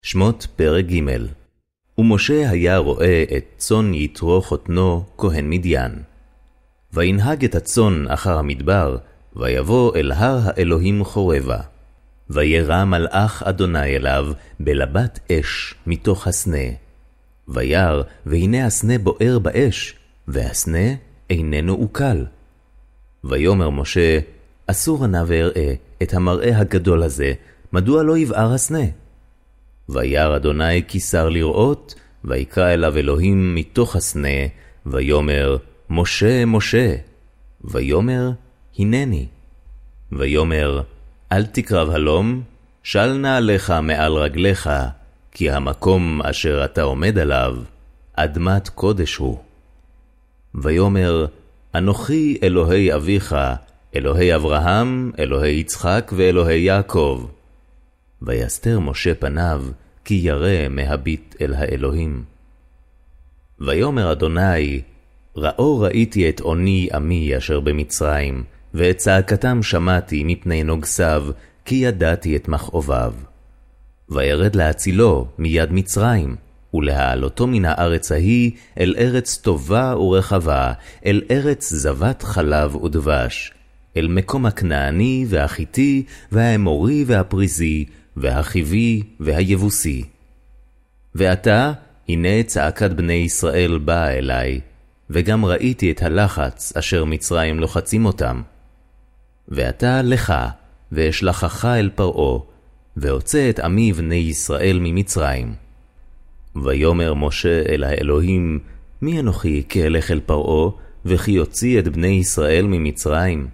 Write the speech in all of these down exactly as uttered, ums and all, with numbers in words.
שמות פרק ג'. ומשה היה רואה את צאן יתרו חותנו כהן מדיין. וינהג את הצאן אחר המדבר, ויבוא אל הר האלוהים חורבה. וירא מלאך אדוני אליו בלבת אש מתוך הסנה. וירא, והנה הסנה בוער באש, והסנה איננו אוקל. ויאמר משה, אסור נא ואראה את המראה הגדול הזה, מדוע לא יבער הסנה? וירא אדוני כי שר לראות, ויקרא אליו אלוהים מתוך הסנה, ויאמר, משה, משה. ויאמר, הנני. ויאמר, אל תקרב הלום, של נעליך מעל רגליך, כי המקום אשר אתה עומד עליו, אדמת קודש הוא. ויאמר, אנוכי אלוהי אביך, אלוהי אברהם, אלוהי יצחק ואלוהי יעקב. ויסתר משה פניו, כי ירא מהביט אל האלוהים. ויאמר אדוני, ראו ראיתי את עוני עמי אשר במצרים, ואת צעקתם שמעתי מפני נוגסיו, כי ידעתי את מכאוביו. וירד להצילו מיד מצרים, ולהעלותו מן הארץ ההיא אל ארץ טובה ורחבה, אל ארץ זבת חלב ודבש, אל מקום הכנעני והחיתי והאמורי והפריזי והחיבי והיבוסי. ועתה, הנה צעקת בני ישראל באה אליי, וגם ראיתי את הלחץ אשר מצרים לוחצים אותם. ועתה לך, ואשלחך אל פרעה, והוצא את עמי בני ישראל ממצרים. ויאמר משה אל האלוהים, מי אנוכי כי אלך אל פרעה, וכי יוציא את בני ישראל ממצרים?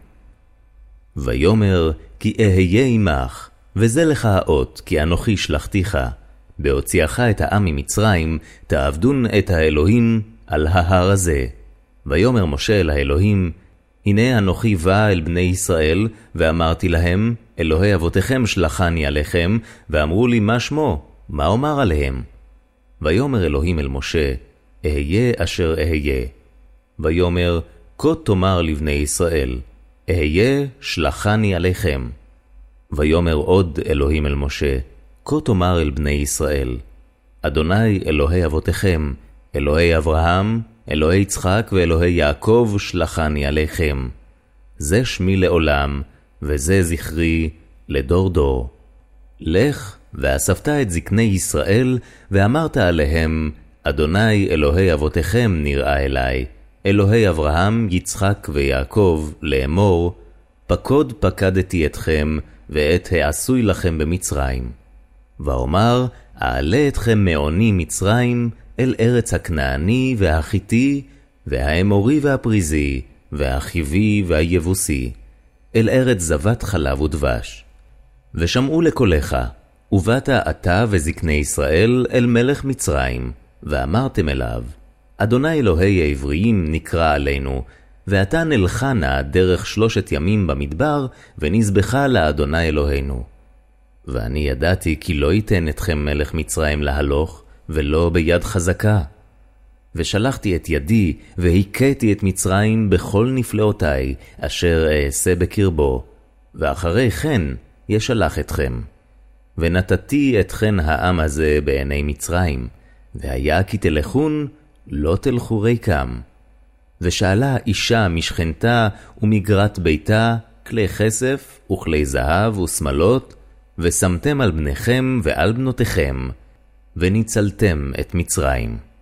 ויאמר, כי אהיה עמך, וזה לך האות, כי אנוכי שלחתיך, בהוציאך את העם ממצרים, תעבדון את האלוהים על ההר הזה. ויאמר משה אל האלוהים, הנה אנוכי בא אל בני ישראל, ואמרתי להם, אלוהי אבותיכם שלחני עליכם, ואמרו לי, מה שמו? מה אומר עליהם? ויאמר אלוהים אל משה, אהיה אשר אהיה. ויאמר, כה תאמר לבני ישראל, אהיה שלחני עליכם. ויאמר עוד אלוהים אל משה, כה תאמר אל בני ישראל, אדוני אלוהי אבותיכם, אלוהי אברהם, אלוהי יצחק ואלוהי יעקב שלחני עליכם. זה שמי לעולם, וזה זכרי לדור דור. לך ואספת את זקני ישראל, ואמרת עליהם, אדוני אלוהי אבותיכם נראה אלי, אלוהי אברהם, יצחק ויעקב, לאמור, פקוד פקדתי אתכם, ואת העשוי לכם במצרים. ואומר, אעלה אתכם מעוני מצרים, אל ארץ הכנעני והחיתי, והאמורי והפריזי, והחיבי והיבוסי, אל ארץ זבת חלב ודבש. ושמעו לקולך, ובאת אתה וזקני ישראל אל מלך מצרים, ואמרתם אליו, אדוני אלוהי העבריים נקרא עלינו, ואתה נלחנה דרך שלושת ימים במדבר, ונזבחה לאדוני אלוהינו. ואני ידעתי כי לא ייתן אתכם מלך מצרים להלוך, ולא ביד חזקה. ושלחתי את ידי, והיכיתי את מצרים בכל נפלאותיי, אשר אעשה בקרבו, ואחרי כן ישלח אתכם. ונתתי אתכן העם הזה בעיני מצרים, והיה כי תלכון, לא תלכו ריקם. ושאלה אישה משכנתה ומגרת ביתה, כלי כסף וכלי זהב ושמלות, ושמתם על בניכם ועל בנותיכם, וניצלתם את מצרים.